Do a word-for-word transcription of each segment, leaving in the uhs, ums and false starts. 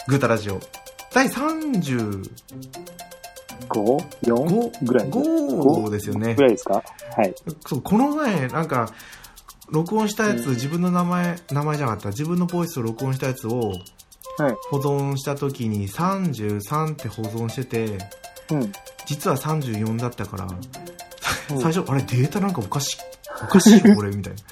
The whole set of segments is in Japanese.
グータラジオだいさんじゅうご、よんぐらいごですよね。 ぐらいですか。はい。 そう、この前なんか録音したやつ、うん、自分の名前名前じゃなかった自分のボイスを録音したやつを保存した時にさんじゅうさんって保存してて、うん、実はさんじゅうよんだったから、うん、最初あれデータなんかおかしいおかしいよこれみたい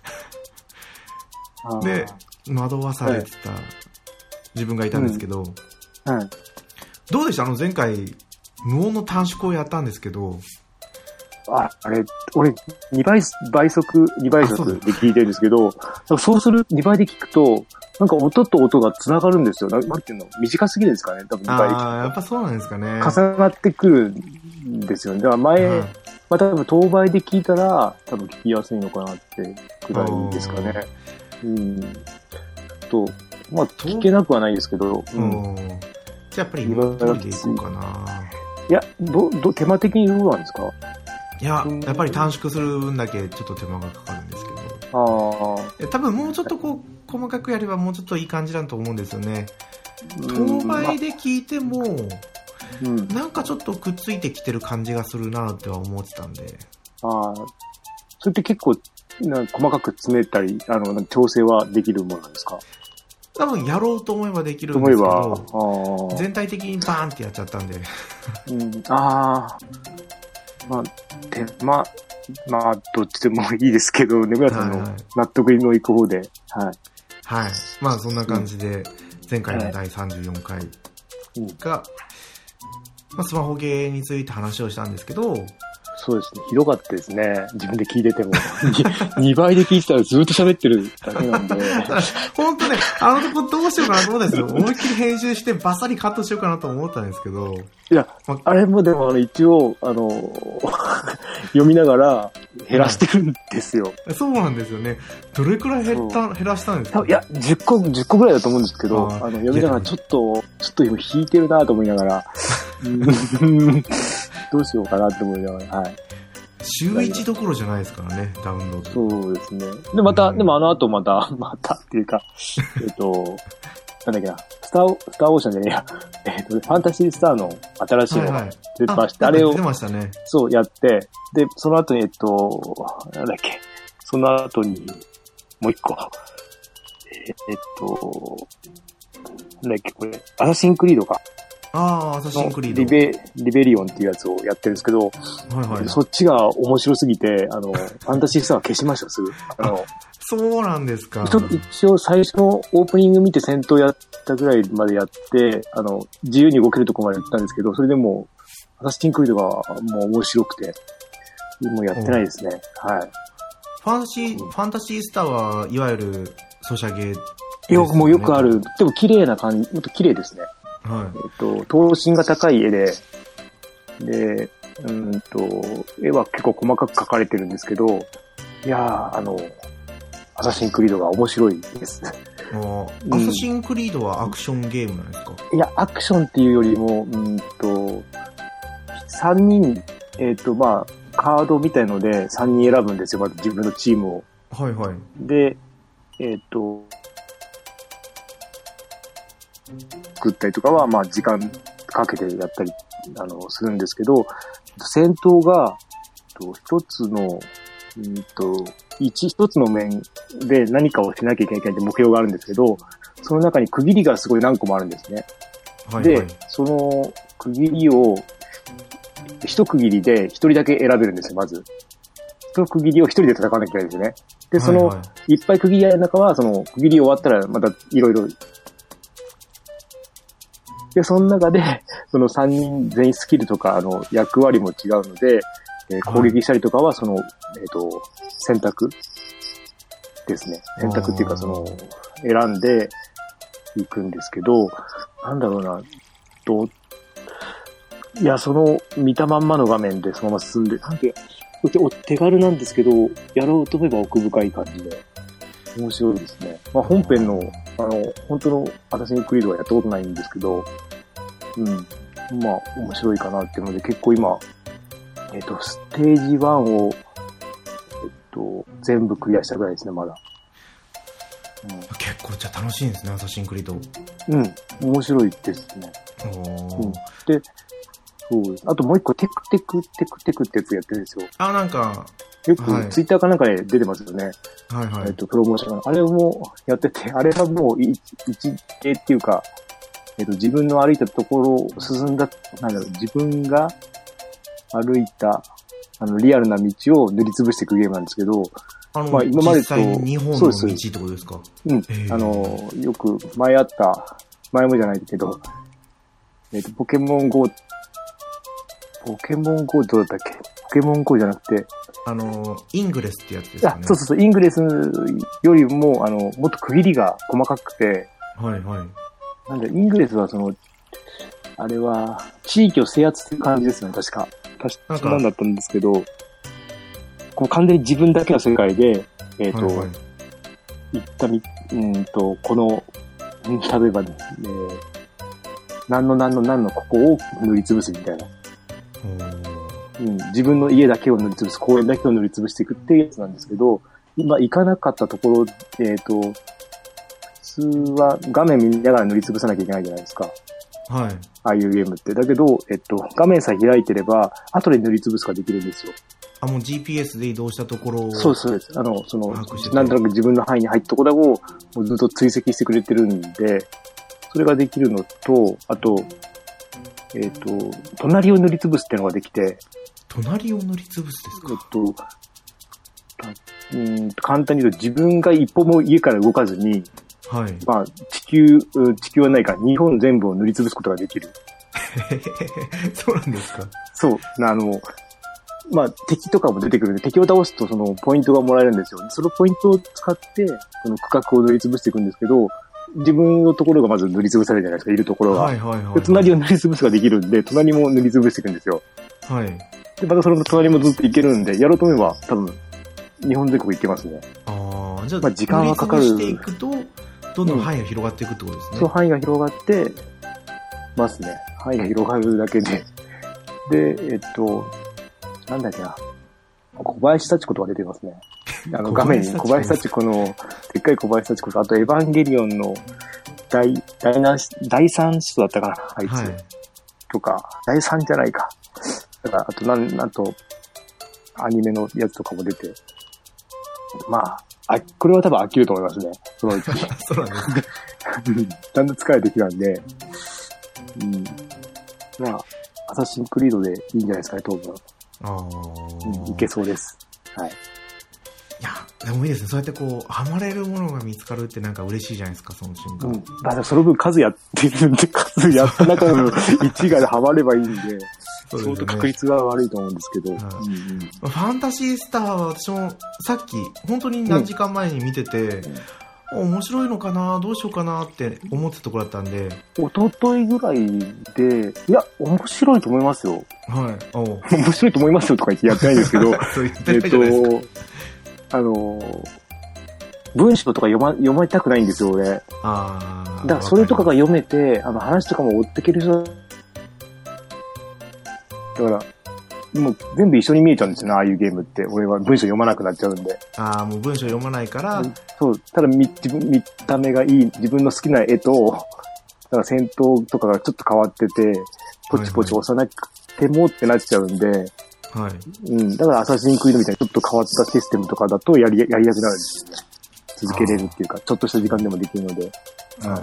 なで惑わされてた自分がいたんですけど、うんうん、どうでした？あの前回無音の短縮をやったんですけど、 あ、あれ、俺、にばい、倍速、にばい速で聞いてるんですけど、そうそうする、にばいで聞くと、なんか音と音が繋がるんですよ。な、なんていうの、短すぎるんですかね、多分にばいで聞くと。 ああ、やっぱそうなんですかね。 重なってくるんですよね。だから前、はい、まあ多分当倍で聞いたら、多分聞きやすいのかなってくらいですかね。うん。と、まあ聞けなくはないですけど、うん。 じゃあやっぱり今通りでいこうかな。 いや、ど、ど、手間的にどうなんですか？ いや、やっぱり短縮する分だけちょっと手間がかかるんですけど。ああ。多分もうちょっとこう、細かくやればもうちょっといい感じだと思うんですよね。当倍で聞いても、うん、なんかちょっとくっついてきてる感じがするなっては思ってたんで。 ああ。それって結構、な細かく詰めたり、あの、調整はできるものなんですか？ 多分やろうと思えばできるんですけど、全体的にバーンってやっちゃったんで。 うん、ああ。まあ、手間、まあ、どっちでもいいですけど、ねむらさんの納得のいく方で、はい。 はい。まあ、そんな感じで、前回のだいさんじゅうよんかいが、まあ、スマホゲーについて話をしたんですけど、 そうですね。ひどかったですね。自分で聞いてても。にばいで聞いてたらずっと喋ってるだけなんで。 本当ね、あのとこどうしようかなと思ったんですよ。思いっきり編集してバッサリカットしようかなと思ったんですけど。 いや、ま、あれもでもあの一応、あの、読みながら減らしてるんですよ。 そうなんですよね。どれくらい減った、減らしたんですか？ いや、じゅっこ、じゅっこぐらいだと思うんですけど、あの、読みながらちょっと、ちょっと今引いてるなと思いながら、どうしようかなって思いながら、はい。 週いちどころじゃないですからね、ダウンロード。そうですね。で、また、うん、でもあの後また、またっていうか、えっと、なんだっけな、スター、スターオーシャンじゃねえや、えっと、ファンタシースターの新しいのが出まして、はいはい、あ, あれを、 出ましたね。 そう、やって、で、その後に、えっと、なんだっけ、その後に、もう一個、ええっと、なんだっけ、これ、アサシンクリードか。 ああ、アサシンクリード。 リベ、リベリオンっていうやつをやってるんですけど、はいはい、そっちが面白すぎて、あの、ファンタシースターは消しました、すぐ。あの、 そうなんですか。 一応最初のオープニング見て戦闘やったぐらいまでやって、あの、自由に動けるところまで行ったんですけど、それでもう、アサシンクリードがもう面白くて、もうやってないですね。はい。 ファンシー、うん、ファンタシースターはいわゆるソシャゲ、ね、 よくもうよくある。でも綺麗な感じ、もっと綺麗ですね。はい。えっと、頭身が高い絵で、で、うんと、絵は結構細かく描かれてるんですけど、いやー、あの、アサシンクリードが面白いです。 あ、うん、アサシンクリードはアクションゲームなんですか？ いや、アクションっていうよりも、うんと、さんにん、えっと、まあ、カードみたいのでさんにん選ぶんですよ、まず自分のチームを。 はいはい。 で、えっと、作ったりとかは、まあ、時間かけてやったり、あの、するんですけど、戦闘が、一つの、うんと、一、一つの面で何かをしなきゃいけないって目標があるんですけど、その中に区切りがすごい何個もあるんですね。はいはい、で、その区切りを、一区切りで一人だけ選べるんですよ、まず。その区切りを一人で戦わなきゃいけないんですよね。で、その、はいはい、いっぱい区切りある中は、その区切り終わったらまたいろいろ、で、その中で、そのさんにん全員スキルとか、あの、役割も違うので、えー、攻撃したりとかは、その、えっと、選択ですね。選択っていうか、その、選んでいくんですけど、なんだろうな、と、いや、その、見たまんまの画面でそのまま進んで、なんて、お手軽なんですけど、やろうと思えば奥深い感じで、面白いですね。まあ、本編の、あの、本当のアサシンクリードはやったことないんですけど、うん。まあ、面白いかなっていうので、結構今、えっと、ステージワンを、えっと、全部クリアしたぐらいですね、まだ。 うん、 結構じゃあ楽しいんですね、アサシンクリード。 うん、面白いですね。 おうん、で、そうです。あともう一個、テクテクテクテクってやつやってるんですよ。 あ、なんか、 よくツイッターかなんかで出てますよね。 はいはい。 えっと、プロモーション。あれもやってて、あれはもう一系っていうか、えっと、自分の歩いたところを進んだ、なんだろう、自分が歩いた、あの、リアルな道を塗りつぶしていくゲームなんですけど、 あの、まあ、今までと、日本の道ってことですか？ うん。あの、よく前あった、前もじゃないけど、えっと、ポケモン ゴー、ポケモン ゴー どうだったっけ？ポケモン ゴー じゃなくて、 あの、イングレスってやつですかね。 あ、そうそうそう、イングレスよりも、あの、もっと区切りが細かくて、 はいはい。 なんで、イングレスはその、あれは、地域を制圧する感じですね、確か。確かなんだったんですけど、こう完全に自分だけの世界で、えっ、ー、と、はいはい、行ったみ、うんと、この、例えば、えー、何の何の何のここを塗りつぶすみたいな。うん、自分の家だけを塗りつぶす、公園だけを塗りつぶしていくっていうやつなんですけど、今行かなかったところ、えっ、ー、と、普通は画面見ながら塗りつぶさなきゃいけないじゃないですか。 はい。 ああいうゲームって。だけど、えっと、画面さえ開いてれば、後で塗りつぶすができるんですよ。 あ、もう ジーピーエス で移動したところを。 そうそうです。あの、その、なんとなく自分の範囲に入ったところを、もうずっと追跡してくれてるんで、それができるのと、あと、えっと、隣を塗りつぶすっていうのができて。 隣を塗りつぶすですか？ えっと、うん簡単に言うと自分が一歩も家から動かずに、 はい。 まあ、地球、地球はないから、日本全部を塗りつぶすことができる。 そうなんですか？ そう。あの、まあ、敵とかも出てくるんで、敵を倒すとそのポイントがもらえるんですよ。そのポイントを使って、その区画を塗りつぶしていくんですけど、自分のところがまず塗りつぶされるじゃないですか、いるところが。はいはいはい、はい。で、隣を塗りつぶすができるんで、隣も塗りつぶしていくんですよ。 はい。 で、またその隣もずっといけるんで、やろうと思えば、多分、日本全国いけますね。 ああ、じゃあ、 まあ、時間はかかる。 塗りつぶしていくと、どんどん範囲が広がっていくってことですね。 うん、そう、範囲が広がってますね。範囲が広がるだけで。で、えっと、なんだっけな。小林幸子とか出てますね。あの画面に小林幸子の、でっかい小林幸子と、あとエヴァンゲリオンの第、第何、第三使徒だったかな、あいつ。はい、とか、第三じゃないか。だから、あとなん、なんと、アニメのやつとかも出て。まあ、あ、これは多分飽きると思いますね。そのうち。 そうなんですね。 だんだん使えてきたんで。うん。まあ、アサシンクリードでいいんじゃないですかね、当分。ああ、うん。いけそうです。はい。いや、でもいいですね。そうやってこう、ハマれるものが見つかるってなんか嬉しいじゃないですか、その瞬間。うん。 だからその分数やってるんで、数やった中の一がでハマればいいんで。そうですね、相当確率が悪いと思うんですけど、はい、うんうん、 ファンタシースターは私もさっき本当に何時間前に見てて、うん、面白いのかなどうしようかなって思ってたところだったんで、 一昨日ぐらいでいや面白いと思いますよ。 はい。お面白いと思いますよとか言ってやってないんですけどそう言ってないじゃないですか。 えっとあの文章とか読ま読まれたくないんですよ俺。 ああ。 だからそれとかが読めてあの話とかも追っていける人だから、もう全部一緒に見えちゃうんですよね、ああいうゲームって。俺は文章読まなくなっちゃうんで。 ああ、もう文章読まないから。 そう、ただ見、自分、見た目がいい、自分の好きな絵と、だから戦闘とかがちょっと変わってて、ポチポチ押さなくてもってなっちゃうんで、はい、 はい。 うん。だからアサシンクリードみたいにちょっと変わったシステムとかだとやり、やりやすくなるんですよね。続けれるっていうか、ちょっとした時間でもできるので。はい。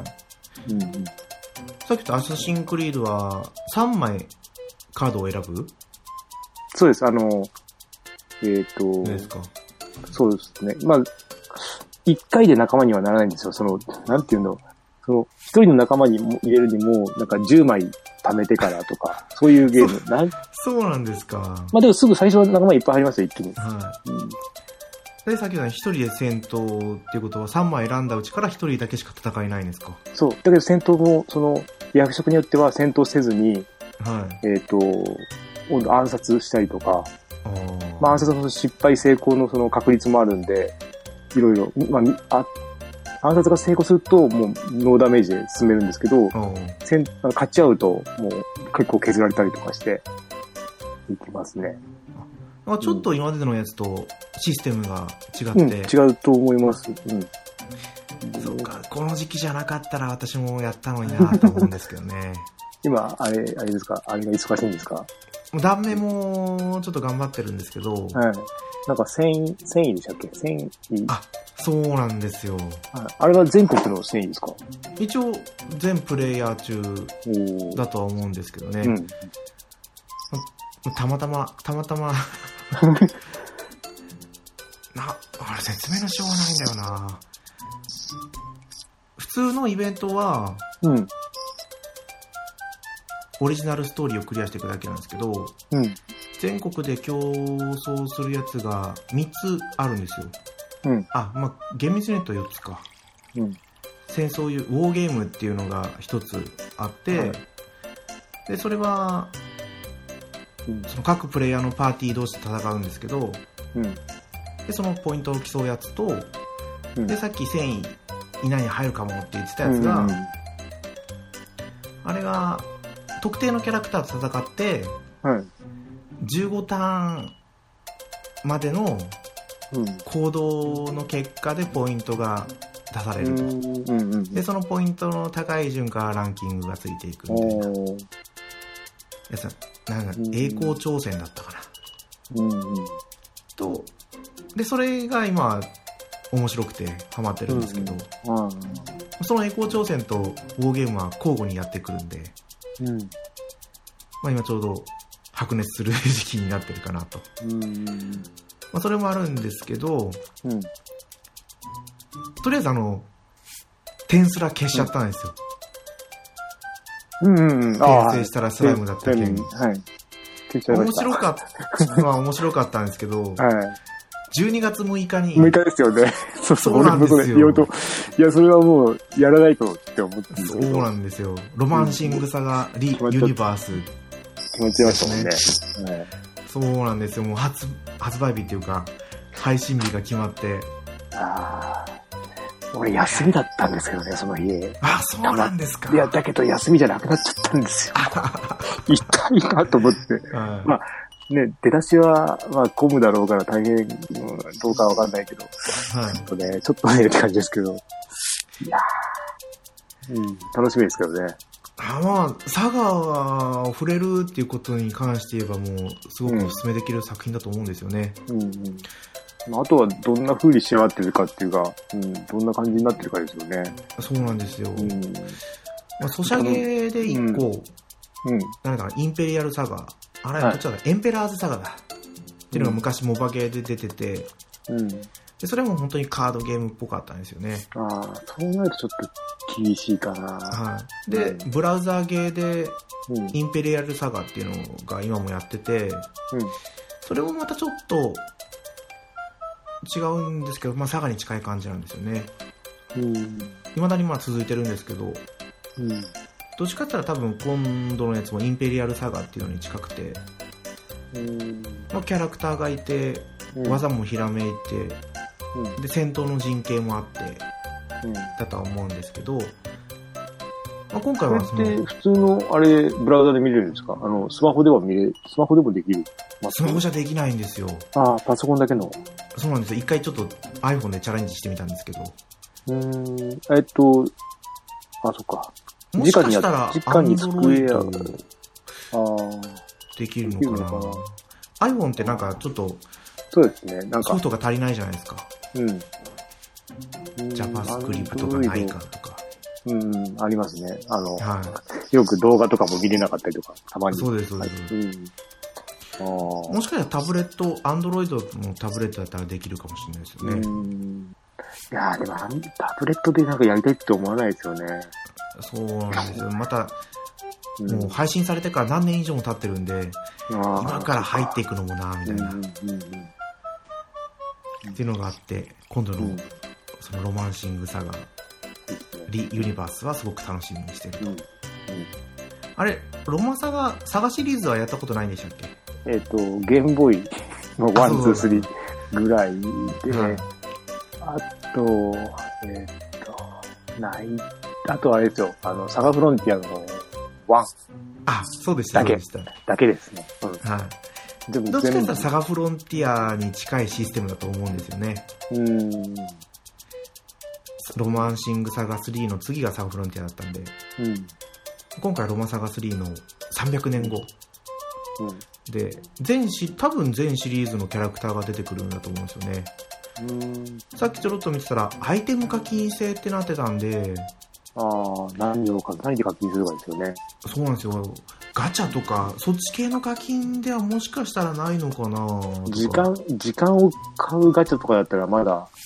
うんうん。 さっき言ったアサシンクリードはさんまい、カードを選ぶ？ そうです。あの、えっ、ー、と、 どうですか？ そうですね。まあ、一回で仲間にはならないんですよ。その、なんていうの、その、一人の仲間に入れるにも、なんかじゅうまい貯めてからとか、そういうゲーム。なんそうなんですか。 まあでもすぐ最初は仲間いっぱい入りますよ、一気に。 はい。うん、で、さっきの一人で戦闘っていうことはさんまい選んだうちから一人だけしか戦えないんですか？そう。 だけど戦闘も、その、役職によっては戦闘せずに、 はい、 えっ、ー、と、暗殺したりとか、まあ、暗殺の失敗成功のその確率もあるんで、いろいろ、まあ、あ暗殺が成功すると、もうノーダメージで進めるんですけど、戦勝ち合うと、もう結構削られたりとかして、いきますね。 あ、ちょっと今までのやつとシステムが違って、うん、 違うと思います。うん。 そうか、この時期じゃなかったら私もやったのになと思うんですけどね。 今、あれ、あれですか、あれが忙しいんですか？ もう断面もちょっと頑張ってるんですけど。はい。 なんか繊維、繊維でしたっけ？繊維。 あ、そうなんですよ。 はい。あれは全国の繊維ですか？ 一応、全プレイヤー中だとは思うんですけどね。うん。たまたま、たまたまな、あれ説明のしようがないんだよな。普通のイベントは、うん。オリジナルストーリーをクリアしていくだけなんですけど、うん、全国で競争するやつがみっつあるんですよ。うん、あ、まあ、厳密に言うとよっつか。うん、戦争いうウォーゲームっていうのがひとつあって、はい、でそれは、うん、その各プレイヤーのパーティー同士で戦うんですけど、うん、でそのポイントを競うやつと、うん、でさっき繊維以内に入るかもって言ってたやつが、うんうん、あれが特定のキャラクターと戦って、はい、じゅうごターンまでの行動の結果でポイントが出されると、うんうんうん、でそのポイントの高い順からランキングがついていくみたいなやつ、なんか栄光挑戦だったかな、うんうん、とでそれが今面白くてハマってるんですけど、うんうん、その栄光挑戦とウォーゲームは交互にやってくるんで、うん、まあ、今ちょうど白熱する時期になってるかなと、うん、まあ、それもあるんですけど、うん、とりあえずあの点すら消しちゃったんですよ、うんうんうん、転生したらスライムだった件、はい、消しちゃいました。面白かったまあ面白かったんですけど、はい、じゅうにがつむいかにむいかですよね。そうそう、そうなんですよ。俺もそれ言おうと、いやそれはもうやらないとって思ってるんですけど。 そうなんですよ。ロマンシングサガリ、うん、ユニバース決まっちゃいましたもんね。はい、 そうなんですよ。もう 発, 発売日っていうか配信日が決まって。ああ。俺休みだったんですけどね、その日。 あ、そうなんですか。 いや、だけど休みじゃなくなっちゃったんですよ。痛いなと思って。はい、まあね、出だしは、まあ、混むだろうから大変、どうかわかんないけど、はい、ちょっとね、ちょっとねって感じですけど、いやー、うん、楽しみですけどね。 あ、まあ、サガを触れるっていうことに関して言えばもう、すごくお勧めできる作品だと思うんですよね。うん、うんうん、あとはどんな風に仕上がってるかっていうか、うん、どんな感じになってるかですよね。 そうなんですよ。うん、まあ、ソシャゲで一個、うんうん、なんかインペリアルサガ、あれはどっちだ、はい、エンペラーズサガだっていうのが昔モバゲーで出てて、うん、でそれも本当にカードゲームっぽかったんですよね。 ああ、そうなるとちょっと厳しいかな。 はい。で、うん、ブラウザーゲーでインペリアルサガっていうのが今もやってて、うん、それもまたちょっと違うんですけど、まあサガに近い感じなんですよね。うん。未だにまあ続いてるんですけど、うん。どっちかって言ったら多分今度のやつもインペリアルサガっていうのに近くて、うん、まあ、キャラクターがいて、うん、技もひらめいて、うん、で戦闘の陣形もあって、うん、だとは思うんですけど、まあ、今回はそのこれって普通のあれブラウザで見れるんですか？あのスマホでは見れスマホでもできる？ まあ、スマホじゃできないんですよ。 ああ、パソコンだけの。 そうなんですよ。一回ちょっと iPhone でチャレンジしてみたんですけど。 うーん、えっと、あ、そっか。 もしかしたら直に机やできるのかな。iPhone ってなんかちょっとそうですね、なんかソフトが足りないじゃないですか。うん。JavaScript とかないかとか。 うん、ありますね。あの、はい、よく動画とかも見れなかったりとか、たまに。 そうです、そうです。うん、あもしかしたらタブレット、Android のタブレットだったらできるかもしれないですよね。うん、 いやーでもタブレットでなんかやりたいって思わないですよね。 そうなんですよ。また、うん、もう配信されてから何年以上も経ってるんで、今から入っていくのもなみたいな、うんうんうん、っていうのがあって、今度の、うん、そのロマンシングサガリユニバースはすごく楽しみにしてると、うんうん、あれロマサガサガシリーズはやったことないんでしたっけ？ えっ、ー、とゲームボーイのワンツースリーぐらいで、はい、あとえっ、ー、とないあとはあれですよ、あのサガフロンティアのワンあそうでしただけだけですね、 うん、はい。でもどっちかというとサガフロンティアに近いシステムだと思うんですよね。うーんロマンシングサガスリーの次がサガフロンティアだったんで、うん、今回ロマサガスリーのさんびゃくねんご、うん、で全し多分全シリーズのキャラクターが出てくるんだと思うんですよね。うーん、さっきちょろっと見てたらアイテム課金制ってなってたんで、 ああ、何をか何で課金するかですよね。 そうなんですよ。ガチャとかそっち系の課金ではもしかしたらないのかな。 時間時間を買うガチャとかだったらまだ、はい、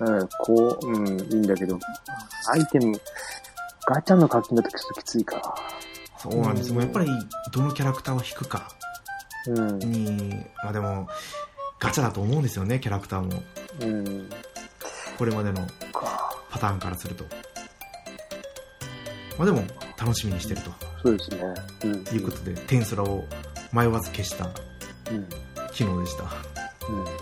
うん、こう、うん、いいんだけど、アイテムガチャの課金だとちょっときついか。 そうなんです。もうやっぱりどのキャラクターを引くかに、うん、まあでもガチャだと思うんですよね、キャラクターも。うん、これまでのパターンからすると。まあでも楽しみにしてると。 そうですね。 うん、いうことで、テンスラを迷わず消した機能でした。うんうん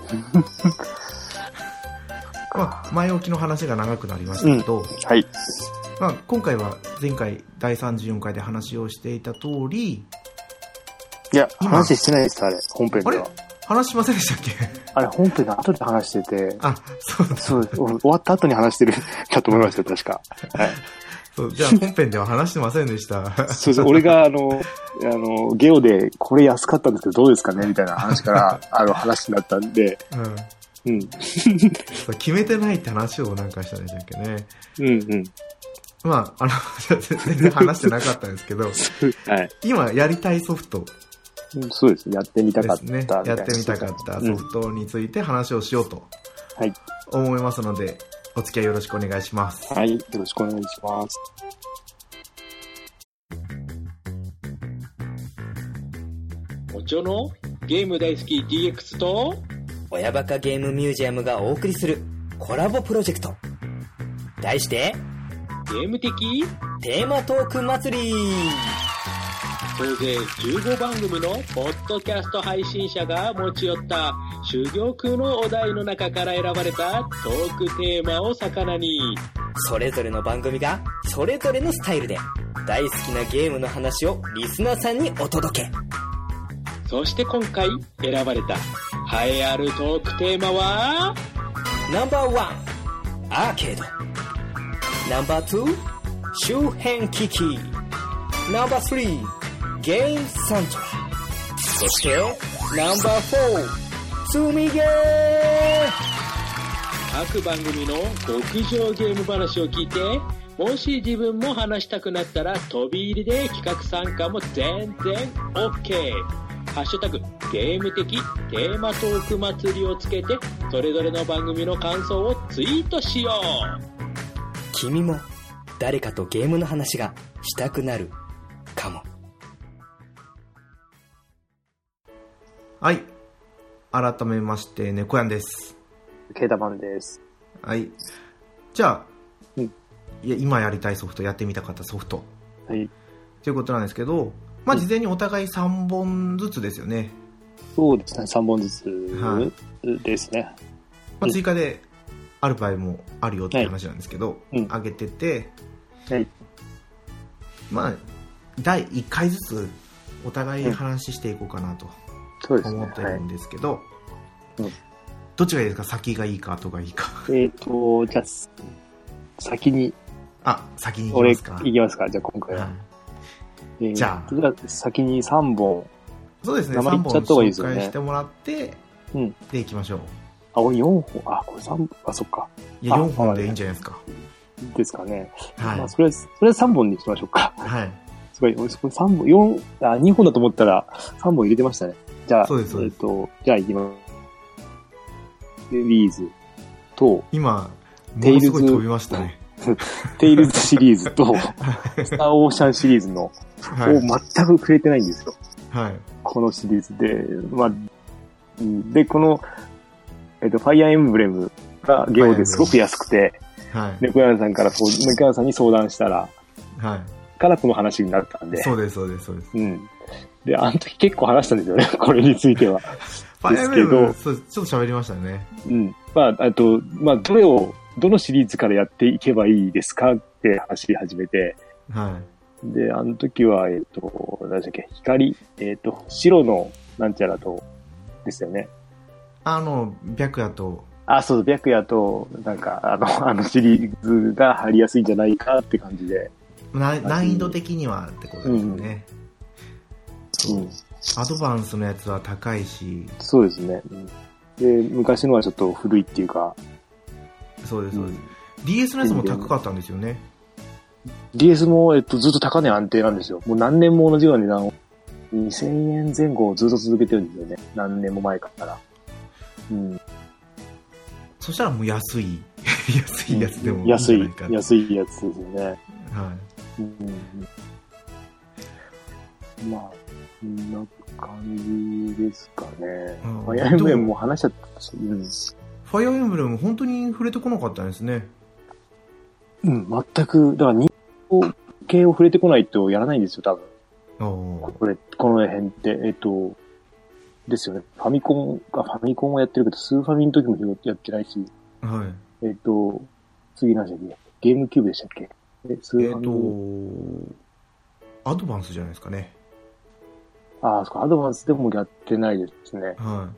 まあ、前置きの話が長くなりましたけど、うん、はい。まあ、今回は前回だいさんじゅうよんかいで話をしていた通り、 いや、話してないです、あれ、本編では。あれ話しませんでしたっけ？ あれ、本編で後で話してて、 あ、そうです。 そう、終わった後に話してるかと思いました、確か。はい。 そうじゃあ本編では話してませんでした。 そうそう、俺があの、あの、ゲオでこれ安かったんですけどどうですかねみたいな話から、あの話になったんで、うん。うん。 決めてないって話をなんかしたんでしたっけね。 うんうん。 まあ、あの、全然話してなかったんですけど、はい、今やりたいソフト、 うん、そうですね、やってみたかったみたいな、 ね、やってみたかったソフトについて話をしようと思いますので、お付き合いよろしくお願いします。 はい、よろしくお願いします。 おちょのゲーム大好き ディーエックス と親バカゲームミュージアムがお送りするコラボプロジェクト、題してゲーム的テーマトーク祭り。 総勢じゅうごばんぐみのポッドキャスト配信者が持ち寄った珠玉のお題の中から選ばれたトークテーマを魚に、 それぞれの番組がそれぞれのスタイルで大好きなゲームの話をリスナーさんにお届け。 そして今回選ばれた栄えあるトークテーマはナンバーワンアーケード、ナンバーツー周辺機器、ナンバースリーゲームサントラ、そしてナンバーフォー積みゲー。 各番組の極上ゲーム話を聞いて、もし自分も話したくなったら飛び入りで企画参加も全然 OK。 ハッシュタグゲーム的テーマトーク祭りをつけて、それぞれの番組の感想をツイートしよう。 君も誰かとゲームの話がしたくなるかも。 はい、改めまして猫やんです。 ケータマンです。 はい、じゃあ、うん、いや今やりたいソフト、やってみたかったソフト、はい、ということなんですけど、まあ事前にお互いさんぼんずつですよね。 そうですね、さんぼんずつですね、はい、 まあ、追加である場合もあるよって話なんですけど、はい、うん、上げてて、はい、まあだいいっかいずつお互い話していこうかなと思ってるんですけど、はい、うん、どっちがいいですか？先がいいか後がいいか。 えっとじゃあ先にあ先に行きますか。 俺行きますか。じゃあ今回は、はい、えー、じゃあじゃあ先にさんぼん、 そうですね、さんぼん紹介してもらって、うん、でいきましょう。 あ、これよんほん、あ、これさんぼん、あ、そっか。 いや、よんほんでいいんじゃないですか。 ですかね。はい。まあ、それは、それはさんぼんにしましょうか。はい。すごい、俺、そこさんぼん、よん、あ、にほんだと思ったら、さんぼん入れてましたね。じゃあ、そうです、そうです。えっと、じゃあ行きます。シリーズと、 今、ものすごい飛びましたね。 テイルズシリーズと、スターオーシャンシリーズの、はい、を全く触れてないんですよ。はい。このシリーズで、まあ、で、この、えっと、ファイアーエンブレムがゲオですごく安くて、はい。猫山さんから、猫山さんに相談したら、はい。からこの話になったんで。 そうです、そうです、そうです。 うん。で、あの時結構話したんですよね、これについては。 ファイアーエンブレム、そう、ちょっと喋りましたね。 うん。まあ、あと、まあ、どれを、どのシリーズからやっていけばいいですかって話し始めて、はい。で、あの時は、えっと、何でしたっけ、光、えっと、白のなんちゃらと、ですよね。 あの、白夜とあ、そう、白夜と、なんか、あの、あのシリーズが入りやすいんじゃないかって感じで。 な難易度的にはってことですよね。うん。うん、アドバンスのやつは高いし。 そうですね。で、昔のはちょっと古いっていうか。 そうです、そうです。うん、ディーエス のやつも高かったんですよね。 ディーエス も、えっと、ずっと高値安定なんですよ。もう何年も同じような値段を。にせんえんぜん後をずっと続けてるんですよね。何年も前から。うん。 そしたらもう安い安いやつでもいいん安い安いやつですよね。はい。 うん、 まあこんな感じですかね。ファイアーエンブレムも話しちゃったし、うん、ファイアーエンブレム本当に触れてこなかったんですね。 うん、全くだから人形系を触れてこないとやらないんですよ多分。これこの辺ってえっと。ですよね。ファミコンが、ファミコンをやってるけど、スーファミの時もやってないし。 はい。 えっ、ー、と、次何でしたっけ？ゲームキューブでしたっけ？ え、スーファミ。えっ、と、アドバンスじゃないですかね。 ああ、そっか、アドバンスでもやってないですね。 はい。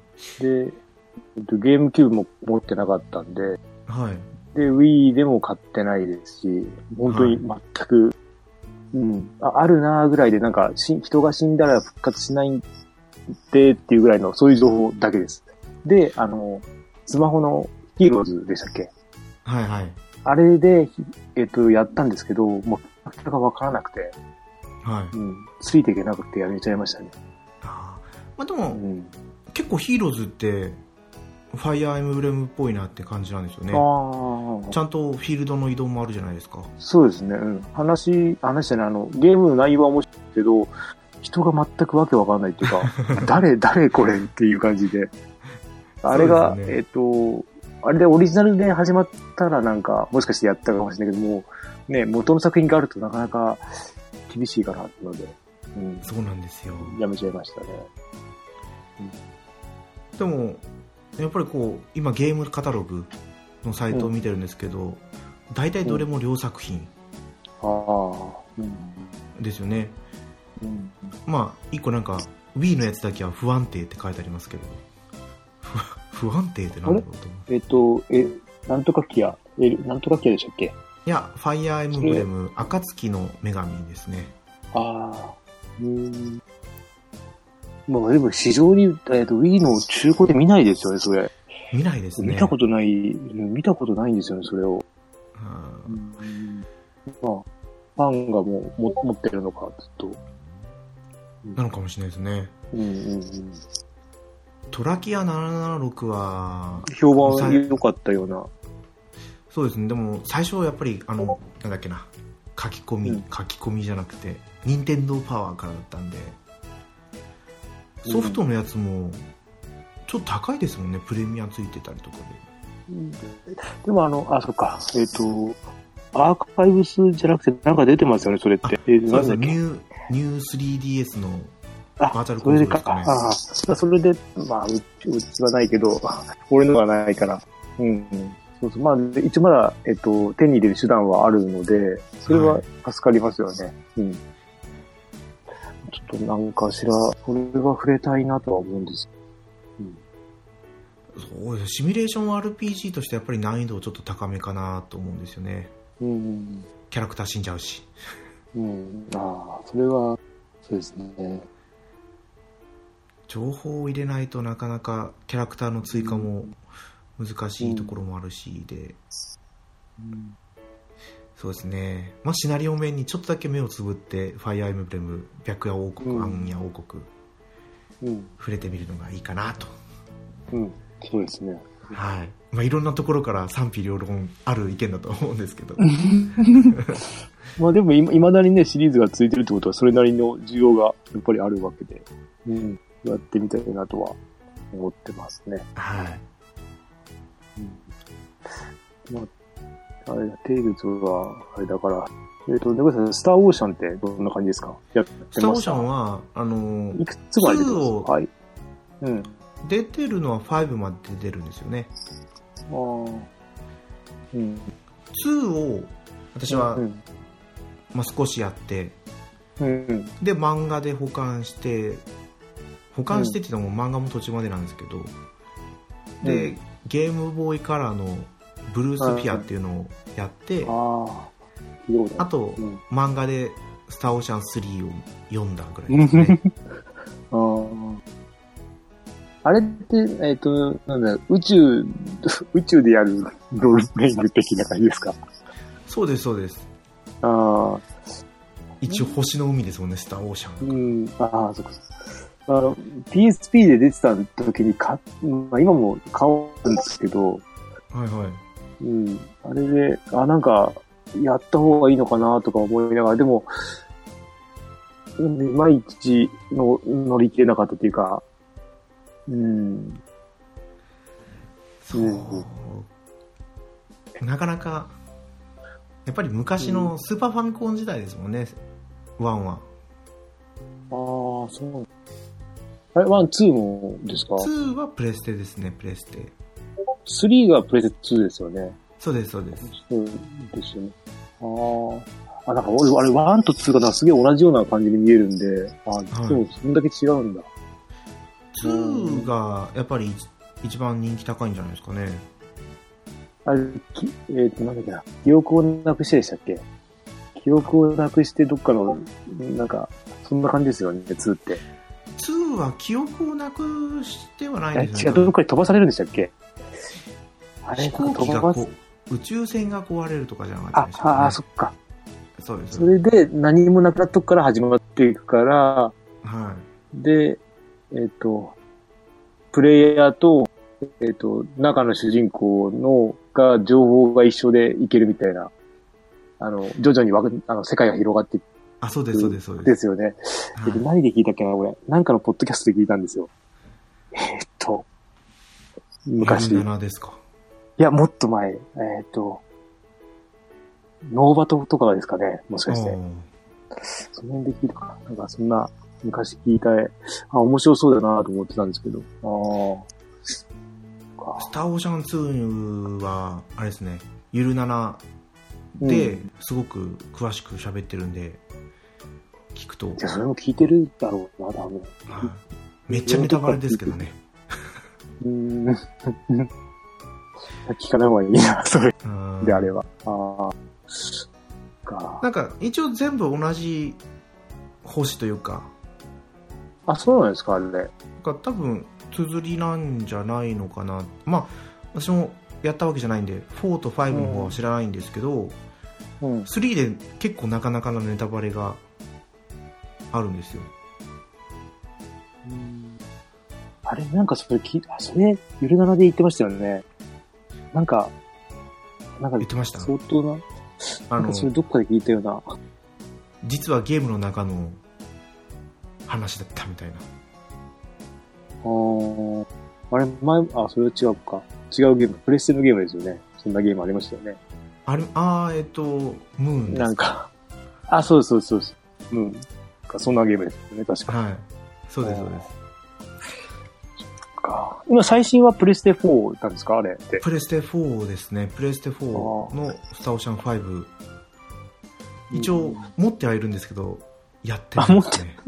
で、えっと、ゲームキューブも持ってなかったんで。 はい。 で、Wii でも買ってないですし、本当に全く、はい、うん、あ、あるなーぐらいで、なんかし、人が死んだら復活しないでっていうぐらいのそういう情報だけです。で、あのスマホのヒーローズでしたっけ？ はいはい。 あれでえっとやったんですけど、もう全くわからなくて、 はい。 うん、ついていけなくてやめちゃいましたね。 ああ、まあでも、うん、結構ヒーローズってファイアーエムブレムっぽいなって感じなんですよね。ああ。ちゃんとフィールドの移動もあるじゃないですか。 そうですね。うん、話話してね、あのゲームの内容は面白いけど。人が全くわけわかんないっていうか、誰、誰これっていう感じで。あれが、ね、えっと、あれでオリジナルで始まったらなんか、もしかしてやったかもしれないけども、ね、元の作品があるとなかなか厳しいかなってので、 うん、そうなんですよ。 やめちゃいましたね。 うん、でも、やっぱりこう、今ゲームカタログのサイトを見てるんですけど、大体どれも両作品。 うん、ああ、 うん。ですよね。うん、まあ一個なんか Wii のやつだけは不安定って書いてありますけど、不安定ってなんだろうと思う。 えっとえなんとかキアえなんとかキアでしたっけ？ いや、ファイアーエムブレム暁の女神ですね。 ああ、うん。まあでも市場に、えっと Wii の中古で見ないですよねそれ。 見ないですね。 見たことない見たことないんですよねそれを。うん、まあファンがもう持ってるのかずっと。 なのかもしれないですね。 うんうんうん。 トラキアななななろくは評判良かったような。 そうですね。でも最初はやっぱりあのなんだっけな、書き込み、うん、書き込みじゃなくて任天堂パワーからだったんで、ソフトのやつもちょっと高いですもんね。プレミアついてたりとかで。 うん、でもあのあそっかえっ、ー、とアーカイブスじゃなくてなんか出てますよねそれって。 えー、そうですね。ニューニュー スリーディーエス のバーチャルコンソールですかね。 ああ、それで、まあ、うち、うちはないけど、俺のはないから。うん、うん。そうそう。まあ、一応まだ、えっと、手に入れる手段はあるので、それは助かりますよね。はい、うん。ちょっとなんかしら、これは触れたいなとは思うんです。うん。 そうです。シミュレーション アールピージー としてやっぱり難易度ちょっと高めかなと思うんですよね。うん。キャラクター死んじゃうし。 うん。ああ、それは、そうですね。 情報を入れないとなかなかキャラクターの追加も難しいところもあるしで、うん、そうですね。まあシナリオ面にちょっとだけ目をつぶってファイアーエムブレム、白夜王国、うん、アンヤ王国、うん、触れてみるのがいいかなと。 うん、そうですね。 はい。まあいろんなところから賛否両論ある意見だと思うんですけど。 まあでもいまだにねシリーズが続いてるってことはそれなりの需要がやっぱりあるわけで。うん。やってみたいなとは思ってますね。 はい。 うん、まあ、あれだ、テイルズは、あれだから、えっ、ー、と、猫さん、スターオーシャンってどんな感じですか？やってますか？ スターオーシャンは、あのー、 いくつまで出てます？はい。 うん。出てるのはごまで出るんですよね。 ああ。うん。 にを、私は、うん、まあ少しやって、 うん、 で、漫画で保管して、保管してって言っても漫画も途中までなんですけど、で、 ゲームボーイカラーのブルース・ピアっていうのをやって、 あ, あと、うん、漫画でスターオーシャンスリーを読んだぐらいですね。 ああれって、えっ、ー、と、なんだ、宇宙、宇宙でやるロールプレイング的な感じですか？ そうです、そうです。 ああ。 一応星の海ですもんね、スターオーシャン。 うん、ああ、そっか。あの、ピーエスピー で出てた時にか、まあ今も買うんですけど、 はいはい。 うん、あれで、あ、なんか、やった方がいいのかなとか思いながら、でも、いまいちの乗り切れなかったというか、うん。 そう、うん。なかなか、やっぱり昔のスーパーファミコン時代ですもんね、ワンは。ああ、そう。あれ、ワン、ツーもですか？ ツーはプレステですね、プレステ。 スリーがプレステツーですよね。 そうです、そうです。そうですよね。ああ。あ、なんか俺、あれ、ワンとツーがなんかすげえ同じような感じに見えるんで、あ、はい、でもそんだけ違うんだ。 ツーがやっぱり一番人気高いんじゃないですかね。 あれ、えっ、ー、と、なんだっけな、記憶をなくしてでしたっけ？記憶をなくしてどっかの、なんか、そんな感じですよね、ツーって。 ツーは記憶をなくしてはないですよね。違う、どっかに飛ばされるんでしたっけ？あれ、 飛行機がこう、宇宙船が壊れるとかじゃなかったでしたっけ、ね。 ああ、そっか。 そうです。 それで、何もなくなったとこから始まっていくから、 はい。 で、えっ、ー、と、プレイヤーと、えっ、ー、と、中の主人公の、が、情報が一緒でいけるみたいな、あの、徐々にわあの世界が広がっていく。 あ、そうです、そうです、そうです。 ですよね。はい、で何で聞いたっけな、これ。なんかのポッドキャストで聞いたんですよ。えー、っと、昔。 ななですか。 いや、もっと前。えー、っと、ノーバトとかですかね、もしかして。その辺で聞いたかな。なんかそんな、昔聞いた、あ、面白そうだなと思ってたんですけど。ああ。スターオーシャンツーは、あれですね、ゆるななですごく詳しく喋ってるんで、聞くと。 じゃあそれも聞いてるだろうな、多分。 はい、めっちゃネタバレですけどね。 うーん。聞かない方がいいな、それであれば。ああ。なんか、一応全部同じ星というか。 あ、そうなんですか、あれ。なんか多分、綴りなんじゃないのかな。まあ、私もやったわけじゃないんで、フォーとファイブの方は知らないんですけど、うん、スリーで結構なかなかのネタバレがあるんですよ。 うん、あれ、なんかそれ聞、あ、それ、ゆるななで言ってましたよね。なんか、なんか、 言ってました。 相当な、あの、なんかそれどっかで聞いたような。 実はゲームの中の話だったみたいな。 あー、あれ、前、あ、それは違うか。違うゲーム、プレステのゲームですよね。そんなゲームありましたよね。 あれ、あー、えっと、ムーンですか。 なんか、あ、そうです、そうです、そうです。ムーン。そんなゲームですよね、確か。 はい。そうです、そうです。 か。今最新はプレステフォーなんですか、あれって。 プレステフォーですね。プレステフォーのスターオーシャンファイブ。一応、持ってはいるんですけど、やってないですね。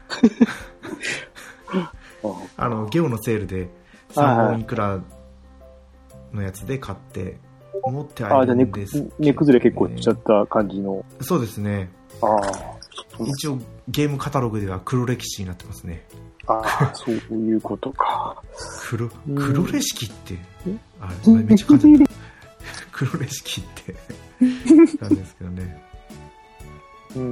あの、ゲオのセールでさんぼんいくらのやつで買って、持ってはいるんですけど、ね。 あ、じゃあ、値崩れ結構しちゃった感じの。 そうですね。 ああ。 一応、ゲームカタログでは黒歴史になってますね。 ああ、そういうことか。 黒、黒レシキって、あれ、めっちゃ感じた。黒レシキってなんですけどね。 うん。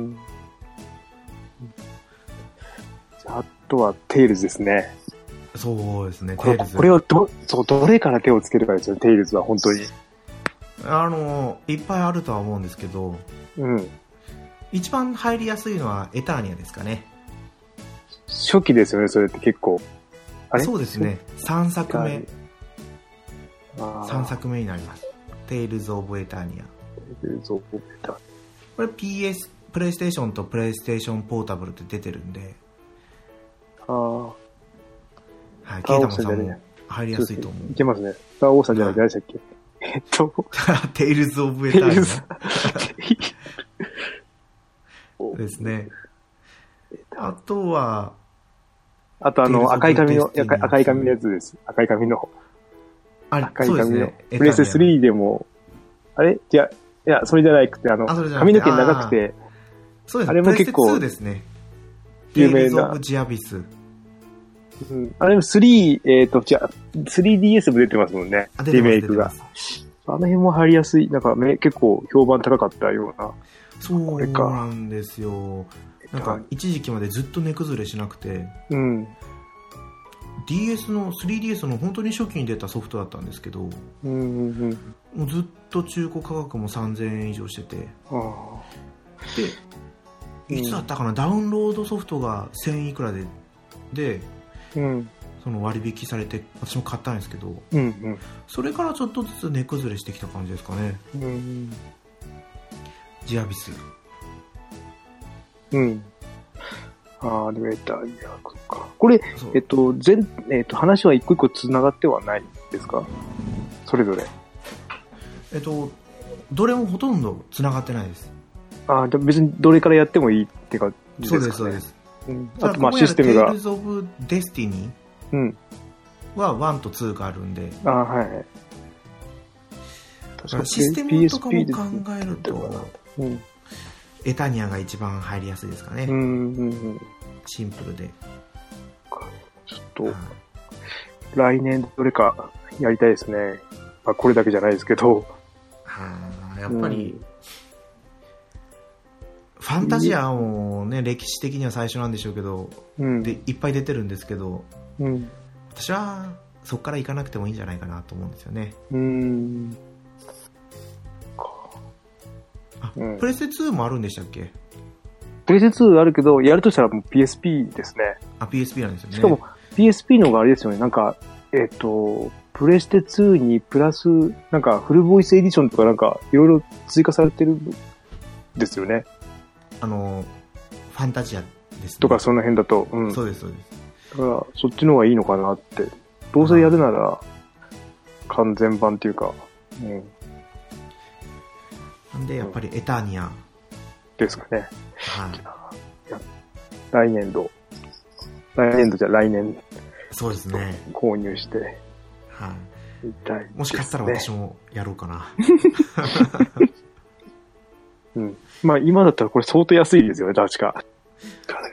あとは、テイルズですね。 そうですね、 テイルズ。これをど、そう、どれから手をつけるかですよ、テイルズは、本当に。 あの、いっぱいあるとは思うんですけど、 うん。 一番入りやすいのはエターニアですかね。 初期ですよね、それって結構。 あれ？そうですね。さんさくめ。さんさくめになります。テイルズ・オブ・エターニア。 テイルズ・オブ・エターニア。 これ ピーエス、プレイステーションとプレイステーションポータブルって出てるんで。 ああ。 はい、ケイタマさんも入りやすいと思う。 いけますね。スター・オーサーじゃないでしたっけ？えっと。 テイルズ・オブ・エターニア。ですね。あとは、 あとあの、赤い髪の、赤い髪のやつです。赤い髪の。 赤い髪の、 そうですね、 プレステスリーでも、あれじゃ、いや、それじゃなくて、あの、あ髪の毛長くて、 そうです、 あれも結構、 プレステツーですね。 有名な。 テイルズ・オブ・ジアビス。 うん、あれもスリー、えっ、ー、と、じゃ スリーディーエス も出てますもんね。リメイクが。あの辺も入りやすい、なんかめ結構評判高かったような。 そうなんですよ。なんか一時期までずっと値崩れしなくて、うん、ディーエス の スリーディーエス の本当に初期に出たソフトだったんですけど、うんうんうん、もうずっと中古価格もさんぜんえん以上してて、あでいつだったかな、うん、ダウンロードソフトがせんいくらでで、うん、その割引されて私も買ったんですけど、うんうん、それからちょっとずつ値崩れしてきた感じですかね、うんうん、ジアビス。 うん。ああ、リメーター、いや、そっか。これ、えっと、全、えっと、話は一個一個繋がってはないですか？それぞれ。 えっと、どれもほとんど繋がってないです。 ああ、じゃあ別にどれからやってもいいって感じですかね。 そうです、そうです。 うん、あと、まあ、システムが。 Tales of Destiny はワンとツーがあるんで。 ああ、はい。 確かにシステムとかも考えると、うん、エタニアが一番入りやすいですかね。うんうんうん、シンプルで。 ちょっと、来年どれかやりたいですね。まあ、これだけじゃないですけど。 はあ、やっぱり、うん、ファンタジアもね、歴史的には最初なんでしょうけど、うん、でいっぱい出てるんですけど、うん、私はそこから行かなくてもいいんじゃないかなと思うんですよね。うーんあ、うん、プレステツーもあるんでしたっけ？ プレステツーあるけど、やるとしたらもう ピーエスピー ですね。 あ、ピーエスピー なんですよね。 しかも ピーエスピー の方があれですよね、なんか、えっと、プレステツーにプラス、なんかフルボイスエディションとかなんか、いろいろ追加されてるんですよね。 あの、ファンタジアですね。 とかその辺だと。 うん。そうです、そうです。 だから、そっちの方がいいのかなって。どうせやるなら、完全版っていうか、うん。 なんで、やっぱりエターニア。うん、 ですかね。はい。来年度。来年度じゃ来年。 そうですね。 購入して。 はい。見たい、ね。もしかしたら私もやろうかな。 うん。まあ今だったらこれ相当安いですよね、確か。だから、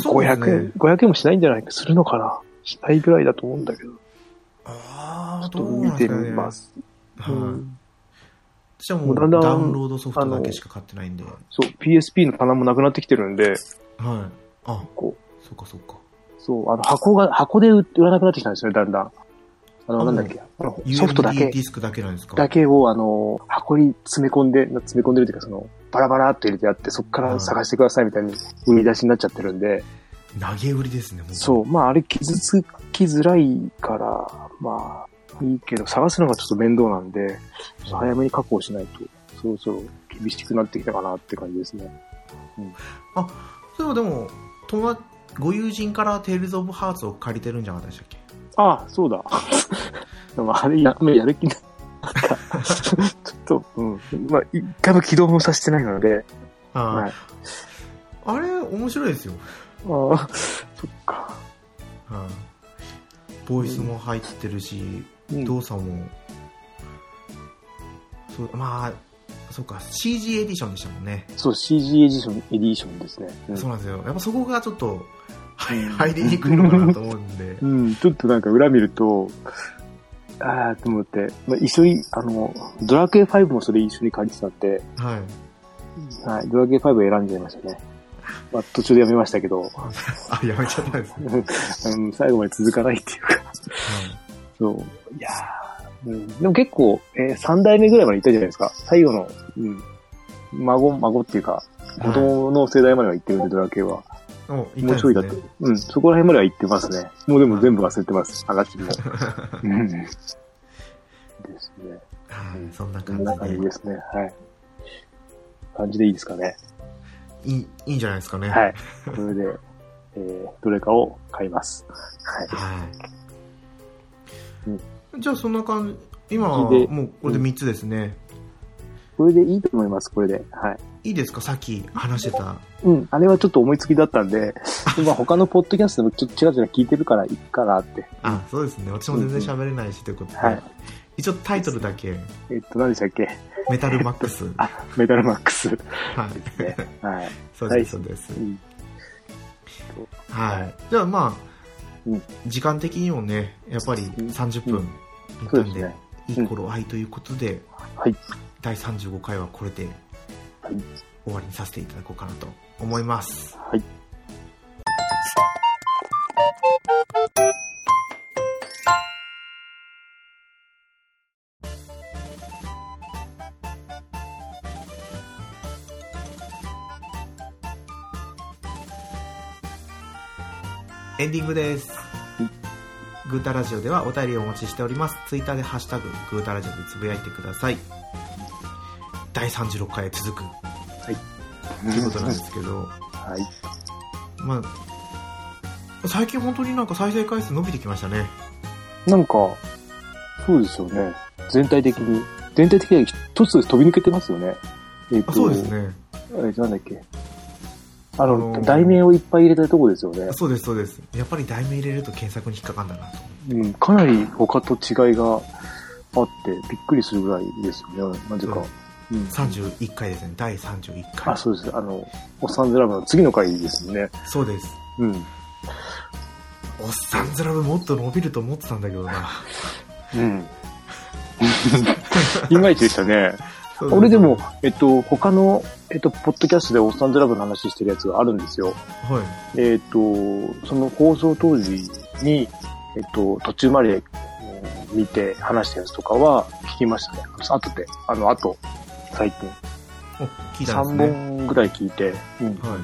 ごひゃくえん、ね、ごひゃくえんもしないんじゃないか、するのかな。しないぐらいだと思うんだけど。 ああ、 ちょっと見てみます。 はい、うん。私はもうダウンロードソフトだけしか買ってないんで。 そう、ピーエスピー の棚もなくなってきてるんで。はい。 あ、こう。そうかそうか。 そう、あの箱が、箱で売らなくなってきたんですよね、だんだん。あの、なんだっけ、あのソフトだけ。 ディスクだけなんですか？ だけを、あの、箱に詰め込んで、詰め込んでるというか、その、バラバラっと入れてあって、そこから探してくださいみたいに売り出しになっちゃってるんで。 投げ売りですね、もう。 そう、まああれ傷つきづらいから、まあ、いいけど、探すのがちょっと面倒なんで、早めに確保しないと、そろそろ厳しくなってきたかなって感じですね。 うん、あ、それはでも、友達、ご友人からテイルズ・オブ・ハーツを借りてるんじゃなかったでしたっけ？ ああ、そうだ。でもあれや、やる気なかった。ちょっと、うん。まあ、一回も起動もさせてないので。 あ、はい、あれ、面白いですよ。 ああ、そっか。はあ、ボイスも入ってるし、うん、動作も、そう、まあ、そうか、シージー エディションでしたもんね。 そう、シージー エディション、エディションですね。 うん、そうなんですよ。やっぱそこがちょっと、入りにくいのかなと思うんで。 うん、ちょっとなんか裏見ると、ああ、と思って、まあ、一緒に、あの、ドラクエファイブもそれ一緒に借りてたんで、はい。はい、ドラクエファイブ選んじゃいましたね。まあ、途中でやめましたけど。 あ、やめちゃったんですね。 うん、最後まで続かないっていうか。はい、そう。いやー、うん、でも結構、えー、さん代目ぐらいまで行ったじゃないですか。最後の、うん、孫、孫っていうか、子供の世代までは行ってるんで、ドラクエは。もうちょいだと。うん、そこら辺までは行ってますね。もうでも全部忘れてます。話も。うん。ですね。 はい、そんな感じで。 そんな感じですね。はい。感じでいいですかね。 いい、いいんじゃないですかね。 はい。それで、えー、どれかを買います。はい。はい。 うん、じゃあそんな感じ、今はもうこれでみっつですね。 これでいいと思います、これで。はい。 いいですか、さっき話してた。 うん、あれはちょっと思いつきだったんで、まあ他のポッドキャストでもちょっとちらちら聞いてるからいいかなって。 あ、そうですね。私も全然喋れないし、ということで。はい。一応タイトルだけ。 えっと、何でしたっけ？ メタルマックス。 あ、メタルマックス。はい。 ですね。 はい。 そうです、そうです。はい。じゃあまあ、うん、時間的にもね、やっぱりさんじゅっぷんいったんで、うんね、いい頃合いということで、 はい、 だいさんじゅうごかいはこれで終わりにさせていただこうかなと思います。 はい。 エンディングです。グータラジオではお便りをお待ちしております。ツイッターでハッシュタググータラジオでつぶやいてください。だいさんじゅうろっかいへ続く、はい、ということなんですけど、 はい、 まあ最近本当になんか再生回数伸びてきましたね。 なんかそうですよね。全体的に全体的に一つ飛び抜けてますよね。 えー、そうですね。 あれなんだっけ。あの、あのー、題名をいっぱい入れたところですよね。 そうです、そうです。やっぱり題名入れると検索に引っかかんだなと。 うん、かなり他と違いがあってびっくりするぐらいですよね。なぜか。 うん、さんじゅういっかいですね。だいさんじゅういっかい。 あ、そうです。あの、おっさんずラブの次の回ですね。 そうです。 うん。 おっさんずラブもっと伸びると思ってたんだけどな。 うん。いまいちでしたね。俺でも、えっと、他の、えっと、ポッドキャストでおっさんずラブの話してるやつがあるんですよ。 はい。 えっと、その放送当時に、えっと、途中まで見て話したやつとかは聞きましたね。後で、あの、後、最近。 聞いたんですね。 さんぼんぐらい聞いて。うん。 はい。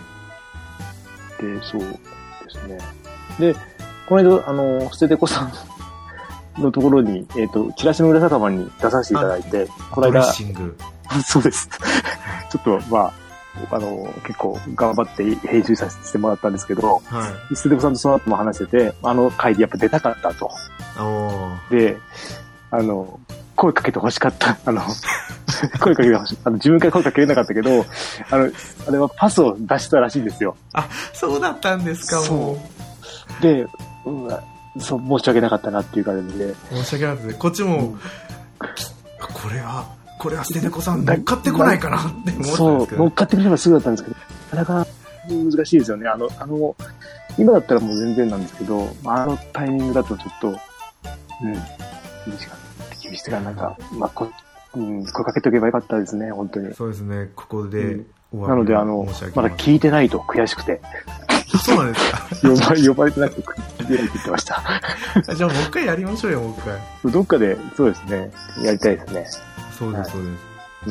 で、そうですね。で、この間、あの、ステテコさんのところに、えっと、チラシの裏酒場に出させていただいて、この間、そうです。ちょっと、まあ、あの、結構頑張って編集させてもらったんですけど、 はい。 ステテコさんとその後も話してて、あの回でやっぱ出たかったと。 おで、あの、声かけて欲しかった。あの、声かけて欲しい。あの、自分から声かけれなかったけど、あの、あれはパスを出したらしいんですよ。 あ、そうだったんですか、もう。で、うん、そう、申し訳なかったなっていう感じで。 申し訳なかったです。こっちも、うん、これは、これはステテコさん乗っかってこないかなって思ったんですけど。 そう、乗っかってくればすぐだったんですけど、なかなか難しいですよね。あの、あの、今だったらもう全然なんですけど、あのタイミングだとちょっと、うん、厳しかった。厳しかった。なんか、まあ、こ、うん、声かけとけばよかったですね、本当に。 そうですね、ここで、うん、 なので、あの、まだ聞いてないと悔しくて。 そうなんですか呼ば呼ばれてなくて聞いてないって言ってました。 じゃあもう一回やりましょうよ、もう一回。 どっかで、そうですね、やりたいですね。 そうです、そうです。うん。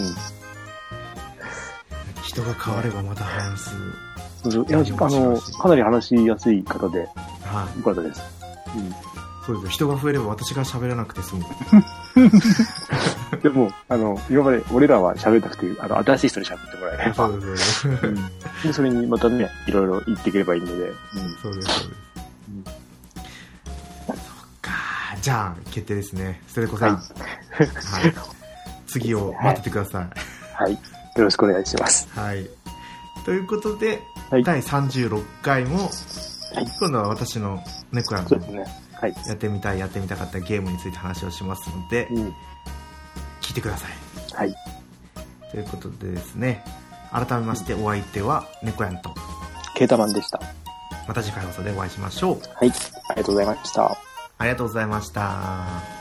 人が変わればまた話す。 そういや、あの、かなり話しやすい方で、 はい。 よかったです。 うん。そうです。人が増えれば私が喋らなくて済む。 でも、あの、今まで俺らは喋りたくて、あの、新しい人に喋ってもらえれば。 そうです、そうです。うん、 で、それにまたね、いろいろ言っていければいいので。うん、 そうです、そうです。うん、そっか。じゃあ、決定ですね。ステテコさん。はい。はい、次を待っててください。 はい。よろしくお願いします。 はい。ということで、はい、だいさんじゅうろっかいも、はい、今度は私の猫やの、 そうですね。はい、 やってみたい、やってみたかったゲームについて話をしますので、うん、聞いてください。 はい。 ということでですね、改めましてお相手は猫やんとケータマンでした。 また次回放送でお会いしましょう。 はい、ありがとうございました。 ありがとうございました。